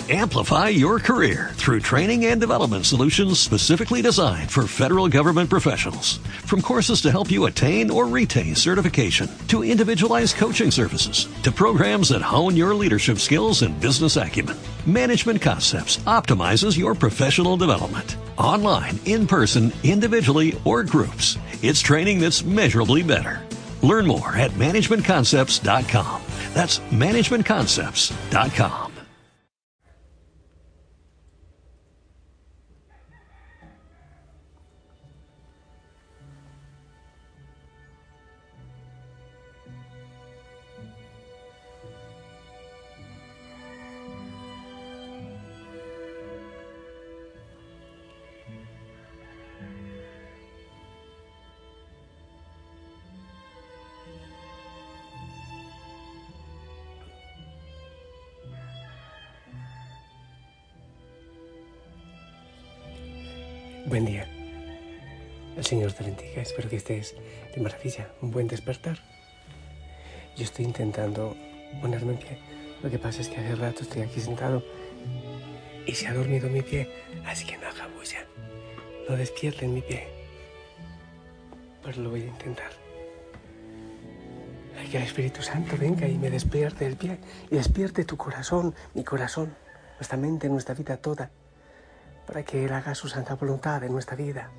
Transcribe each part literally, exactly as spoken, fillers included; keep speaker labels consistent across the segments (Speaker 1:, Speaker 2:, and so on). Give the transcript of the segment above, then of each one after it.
Speaker 1: Amplify your career through training and development solutions specifically designed for federal government professionals. From courses to help you attain or retain certification, to individualized coaching services, to programs that hone your leadership skills and business acumen, Management Concepts optimizes your professional development. Online, in person, individually, or groups, it's training that's measurably better. Learn more at management concepts dot com. That's management concepts dot com.
Speaker 2: Buen día. El Señor te bendiga. Espero que estés de maravilla. Un buen despertar. Yo estoy intentando ponerme en pie. Lo que pasa es que hace rato estoy aquí sentado y se ha dormido mi pie. Así que no haga bulla. No despierten mi pie. Pero lo voy a intentar. Que el Espíritu Santo venga y me despierte el pie. Y despierte tu corazón, mi corazón, nuestra mente, nuestra vida toda. Para que Él haga su santa voluntad en nuestra vida.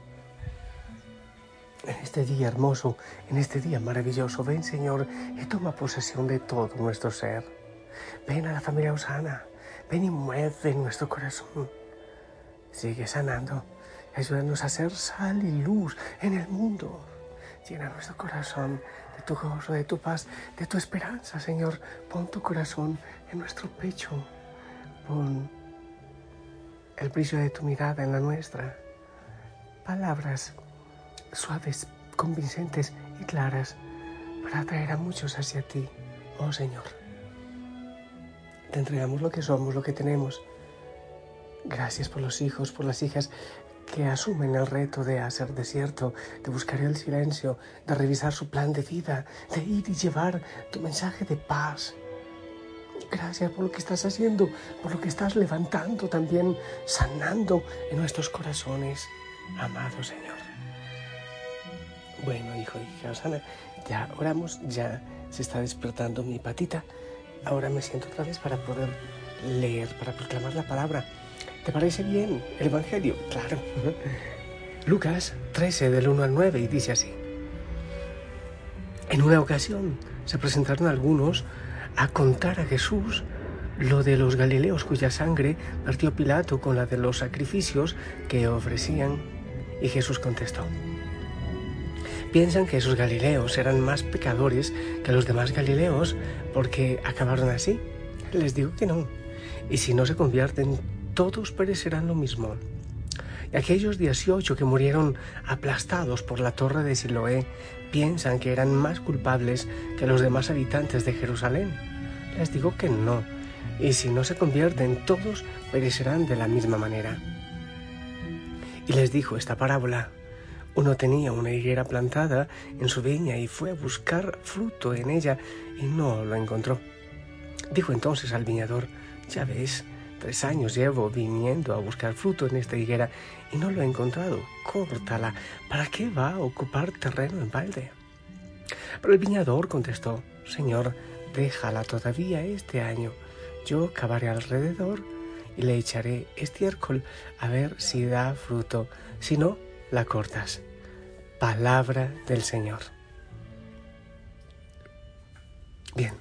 Speaker 2: En este día hermoso, en este día maravilloso, ven, Señor, y toma posesión de todo nuestro ser. Ven a la familia Osana, ven y mueve nuestro corazón. Sigue sanando, ayúdanos a ser sal y luz en el mundo. Llena nuestro corazón de tu gozo, de tu paz, de tu esperanza, Señor. Pon tu corazón en nuestro pecho. Pon el brillo de tu mirada en la nuestra. Palabras suaves, convincentes y claras para atraer a muchos hacia ti, oh Señor. Te entregamos lo que somos, lo que tenemos. Gracias por los hijos, por las hijas que asumen el reto de hacer desierto, de buscar el silencio, de revisar su plan de vida, de ir y llevar tu mensaje de paz. Gracias por lo que estás haciendo, por lo que estás levantando también, sanando en nuestros corazones, amado Señor. Bueno, hijo y hija Osana, ya oramos, ya se está despertando mi patita. Ahora me siento otra vez para poder leer, para proclamar la palabra. ¿Te parece bien el Evangelio? Claro. Lucas trece, del uno al nueve, y dice así. En una ocasión se presentaron algunos a contar a Jesús lo de los galileos cuya sangre vertió Pilato con la de los sacrificios que ofrecían. Y Jesús contestó: ¿piensan que esos galileos eran más pecadores que los demás galileos porque acabaron así? Les digo que no. Y si no se convierten, todos perecerán lo mismo. Y aquellos dieciocho que murieron aplastados por la torre de Siloé, ¿piensan que eran más culpables que los demás habitantes de Jerusalén? Les digo que no. Y si no se convierten, todos perecerán de la misma manera. Y les dijo esta parábola. Uno tenía una higuera plantada en su viña y fue a buscar fruto en ella y no lo encontró. Dijo entonces al viñador: ya ves, tres años llevo viniendo a buscar fruto en esta higuera y no lo he encontrado. Córtala. ¿Para qué va a ocupar terreno en balde? Pero el viñador contestó: Señor, déjala todavía este año. Yo cavaré alrededor y le echaré estiércol a ver si da fruto. Si no, la cortas. Palabra del Señor. Bien.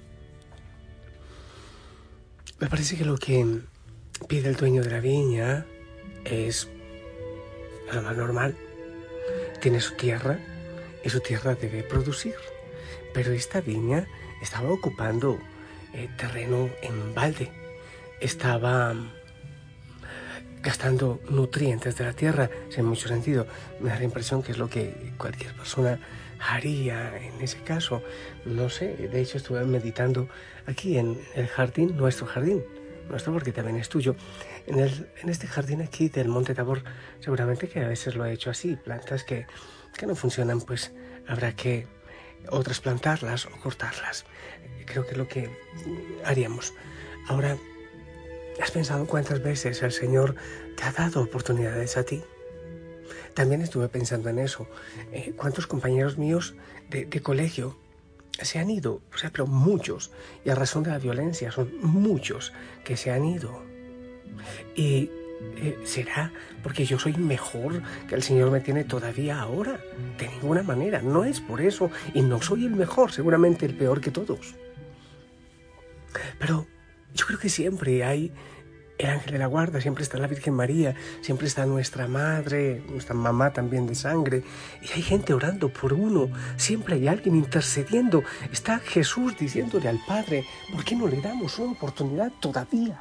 Speaker 2: Me parece que lo que pide el dueño de la viña es lo más normal. Tiene su tierra y su tierra debe producir. Pero esta viña estaba ocupando eh, terreno en balde. Estaba gastando nutrientes de la tierra, sin mucho sentido. Me da la impresión que es lo que cualquier persona haría en ese caso. No sé, de hecho estuve meditando aquí en el jardín, nuestro jardín, nuestro porque también es tuyo, en, el, en este jardín aquí del Monte Tabor. Seguramente que a veces lo he hecho así, plantas que, que no funcionan, pues habrá que o trasplantarlas o cortarlas. Creo que es lo que haríamos. Ahora, ¿Has pensado cuántas veces el Señor te ha dado oportunidades a ti? También estuve pensando en eso. Eh, ¿Cuántos compañeros míos de, de colegio se han ido? O sea, pero muchos. Y a razón de la violencia son muchos que se han ido. Y eh, ¿será porque yo soy mejor que el Señor me tiene todavía ahora? De ninguna manera. No es por eso. Y no soy el mejor, seguramente el peor que todos. Pero yo creo que siempre hay el ángel de la guarda, siempre está la Virgen María, siempre está nuestra madre, nuestra mamá también de sangre, y hay gente orando por uno, siempre hay alguien intercediendo. Está Jesús diciéndole al Padre, ¿por qué no le damos una oportunidad todavía?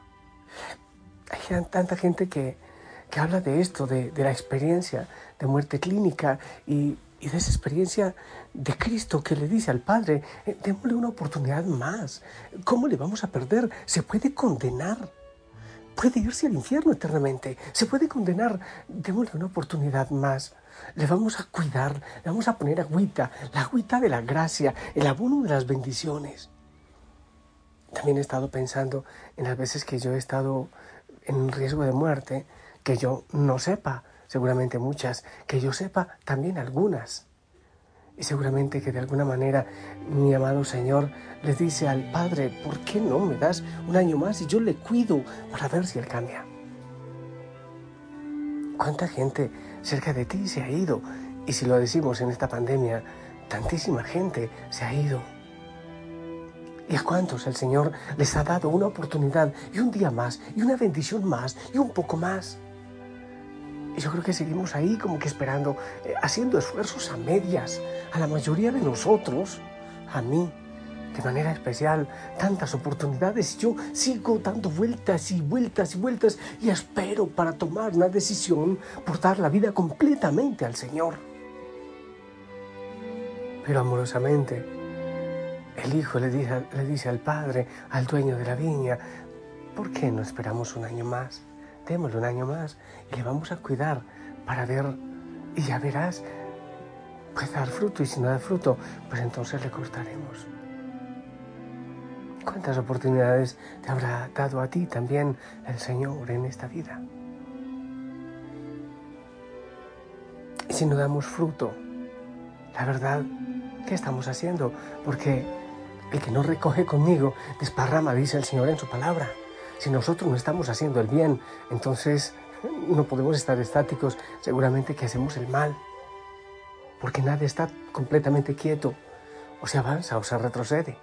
Speaker 2: Hay tanta gente que, que habla de esto, de, de la experiencia de muerte clínica y, y de esa experiencia de Cristo que le dice al Padre, eh, démosle una oportunidad más. ¿Cómo le vamos a perder? Se puede condenar. Puede irse al infierno eternamente. Se puede condenar. Démosle una oportunidad más. Le vamos a cuidar. Le vamos a poner agüita. La agüita de la gracia. El abono de las bendiciones. También he estado pensando en las veces que yo he estado en riesgo de muerte. Que yo no sepa. Seguramente muchas. Que yo sepa también algunas. Y seguramente que de alguna manera mi amado Señor le dice al Padre, ¿por qué no me das un año más y yo le cuido para ver si Él cambia? ¿Cuánta gente cerca de ti se ha ido? Y si lo decimos en esta pandemia, tantísima gente se ha ido. ¿Y a cuántos el Señor les ha dado una oportunidad y un día más y una bendición más y un poco más? Y yo creo que seguimos ahí como que esperando, eh, haciendo esfuerzos a medias. A la mayoría de nosotros, a mí, de manera especial, tantas oportunidades. Yo sigo dando vueltas y vueltas y vueltas y espero para tomar una decisión por dar la vida completamente al Señor. Pero amorosamente, el Hijo le dice, le dice al Padre, al dueño de la viña, ¿por qué no esperamos un año más? Démosle un año más y le vamos a cuidar para ver, y ya verás, puede dar fruto, y si no da fruto, pues entonces le cortaremos. ¿Cuántas oportunidades te habrá dado a ti también el Señor en esta vida? Y si no damos fruto, la verdad, ¿qué estamos haciendo? Porque el que no recoge conmigo desparrama, dice el Señor en su palabra. Si nosotros no estamos haciendo el bien, entonces no podemos estar estáticos, seguramente que hacemos el mal. Porque nada está completamente quieto, o se avanza o se retrocede.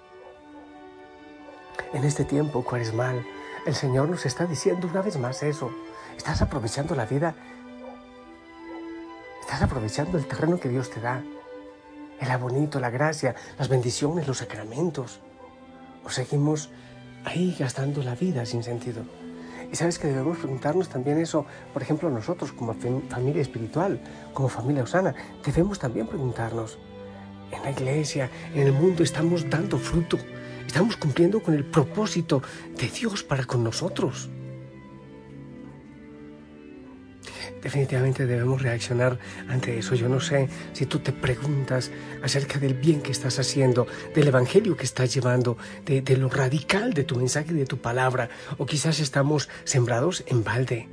Speaker 2: En este tiempo cuaresmal, el Señor nos está diciendo una vez más eso. Estás aprovechando la vida, estás aprovechando el terreno que Dios te da, el abonito, la gracia, las bendiciones, los sacramentos. O seguimos ahí gastando la vida sin sentido. Y sabes que debemos preguntarnos también eso, por ejemplo, nosotros como familia espiritual, como familia osana, debemos también preguntarnos, en la iglesia, en el mundo, ¿estamos dando fruto? ¿Estamos cumpliendo con el propósito de Dios para con nosotros? Definitivamente debemos reaccionar ante eso. Yo no sé si tú te preguntas acerca del bien que estás haciendo, del evangelio que estás llevando, de, de lo radical de tu mensaje y de tu palabra, o quizás estamos sembrados en balde.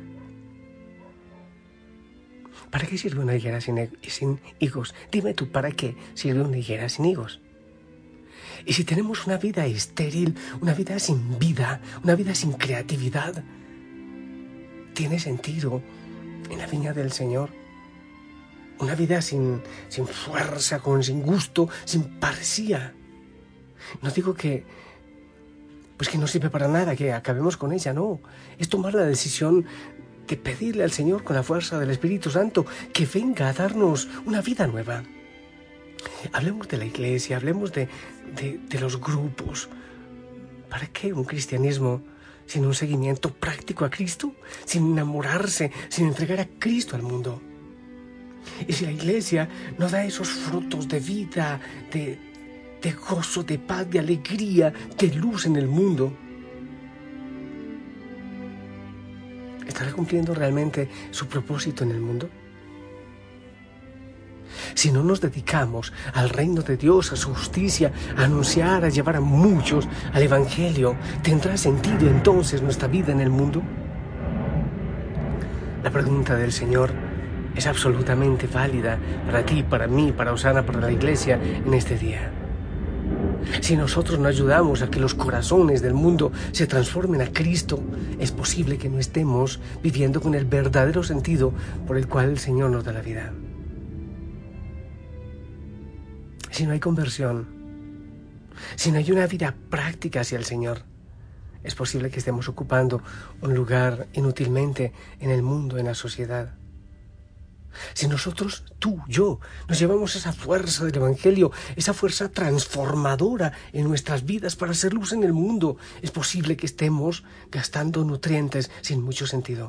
Speaker 2: ¿Para qué sirve una higuera sin, sin higos? Dime tú, ¿para qué sirve una higuera sin higos? Y si tenemos una vida estéril, una vida sin vida, una vida sin creatividad, ¿tiene sentido en la viña del Señor? Una vida sin, sin fuerza, con, sin gusto, sin parecía. No digo que, pues que no sirve para nada, que acabemos con ella, no. Es tomar la decisión de pedirle al Señor con la fuerza del Espíritu Santo que venga a darnos una vida nueva. Hablemos de la iglesia, hablemos de, de, de los grupos. ¿Para qué un cristianismo sin un seguimiento práctico a Cristo? Sin enamorarse, sin entregar a Cristo al mundo. Y si la iglesia no da esos frutos de vida, de, de gozo, de paz, de alegría, de luz en el mundo, ¿estará cumpliendo realmente su propósito en el mundo? si no nos dedicamos al reino de Dios, a su justicia, a anunciar, a llevar a muchos al Evangelio, ¿tendrá sentido entonces nuestra vida en el mundo? La pregunta del Señor es absolutamente válida para ti, para mí, para Osana, para la Iglesia en este día. Si nosotros no ayudamos a que los corazones del mundo se transformen a Cristo, es posible que no estemos viviendo con el verdadero sentido por el cual el Señor nos da la vida. Si no hay conversión, si no hay una vida práctica hacia el Señor, es posible que estemos ocupando un lugar inútilmente en el mundo, en la sociedad. Si nosotros, tú, yo, nos llevamos esa fuerza del Evangelio, esa fuerza transformadora en nuestras vidas para hacer luz en el mundo, es posible que estemos gastando nutrientes sin mucho sentido.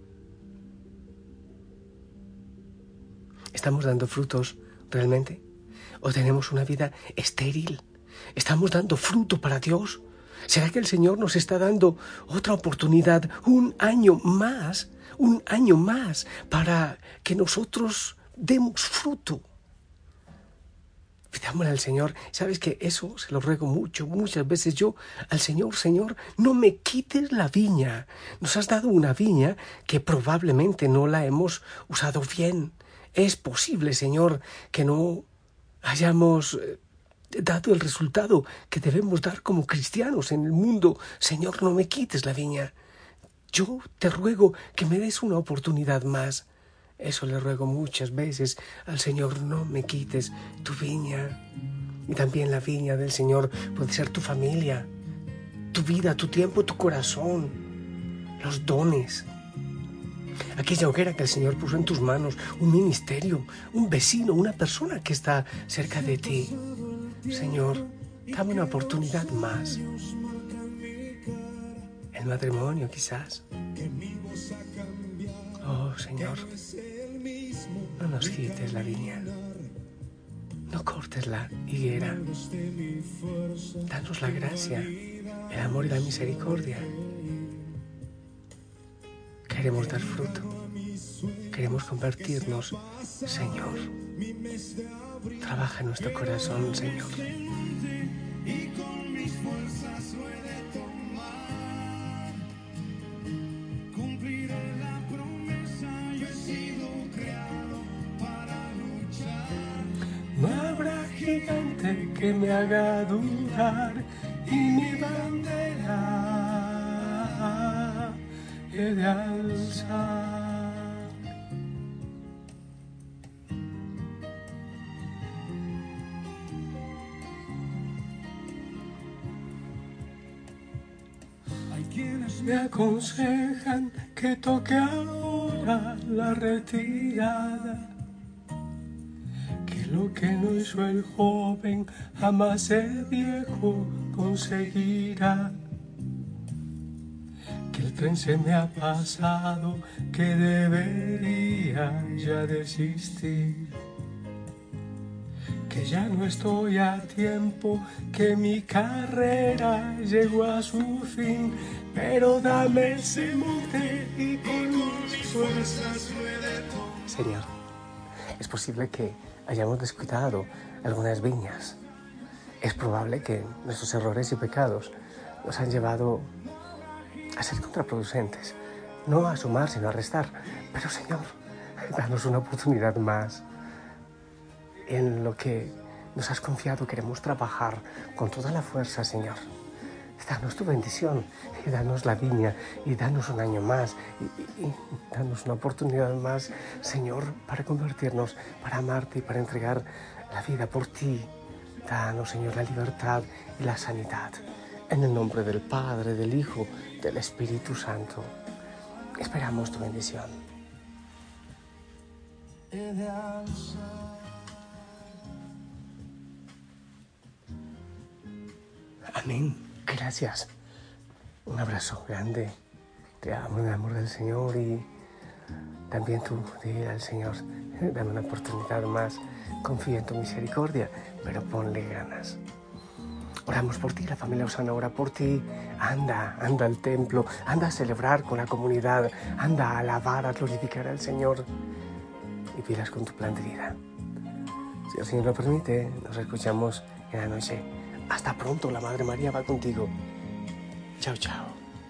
Speaker 2: ¿Estamos dando frutos realmente? ¿O tenemos una vida estéril? ¿Estamos dando fruto para Dios? ¿Será que el Señor nos está dando otra oportunidad, un año más, un año más para que nosotros demos fruto? Pidámosle al Señor. ¿Sabes que eso se lo ruego mucho, muchas veces yo al Señor? Señor, no me quites la viña. Nos has dado una viña que probablemente no la hemos usado bien. Es posible, Señor, que no hayamos dado el resultado que debemos dar como cristianos en el mundo. Señor, no me quites la viña. Yo te ruego que me des una oportunidad más. Eso le ruego muchas veces al Señor, no me quites tu viña. Y también la viña del Señor puede ser tu familia, tu vida, tu tiempo, tu corazón, los dones. Aquella hoguera que el Señor puso en tus manos, un ministerio, un vecino, una persona que está cerca de ti. Señor, dame una oportunidad más. El matrimonio, quizás. Oh, Señor, no nos quites la viña. No cortes la higuera. Danos la gracia, el amor y la misericordia. Queremos dar fruto. Queremos convertirnos, Señor. Trabaja en nuestro corazón, Señor. No habrá gigante que me haga dudar y mi bandera he de alzar. Me aconsejan que toque ahora la retirada, que lo que no hizo el joven jamás el viejo conseguirá, que el tren se me ha pasado, que debería ya desistir, que ya no estoy a tiempo, que mi carrera llegó a su fin, pero dame ese monte y con mis fuerzas me detengo. Señor, es posible que hayamos descuidado algunas viñas. Es probable que nuestros errores y pecados nos han llevado a ser contraproducentes, no a sumar sino a restar. Pero Señor, danos una oportunidad más. En lo que nos has confiado queremos trabajar con toda la fuerza, Señor. Danos tu bendición y danos la viña y danos un año más y, y, y danos una oportunidad más, Señor, para convertirnos, para amarte y para entregar la vida por ti. Danos, Señor, la libertad y la sanidad. En el nombre del Padre, del Hijo, del Espíritu Santo. Esperamos tu bendición. Amén. Gracias. Un abrazo grande. Te amo en el amor del Señor y también tú dile al Señor, dame una oportunidad más. Confía en tu misericordia, pero ponle ganas. Oramos por ti, la familia Osana ora por ti. Anda, anda al templo, anda a celebrar con la comunidad, anda a alabar, a glorificar al Señor y pilas con tu plan de vida. si el Señor lo permite, nos escuchamos en la noche. Hasta pronto, la Madre María va contigo. Chao, chao.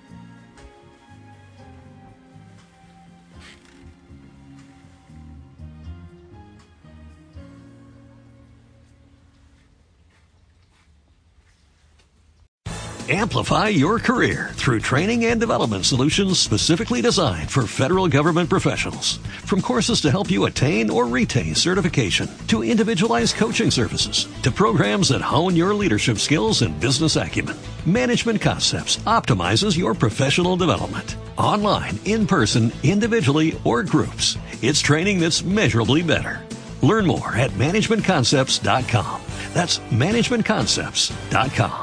Speaker 1: Amplify your career through training and development solutions specifically designed for federal government professionals. From courses to help you attain or retain certification, to individualized coaching services, to programs that hone your leadership skills and business acumen, Management Concepts optimizes your professional development. Online, in person, individually, or groups, it's training that's measurably better. Learn more at management concepts dot com. That's management concepts dot com.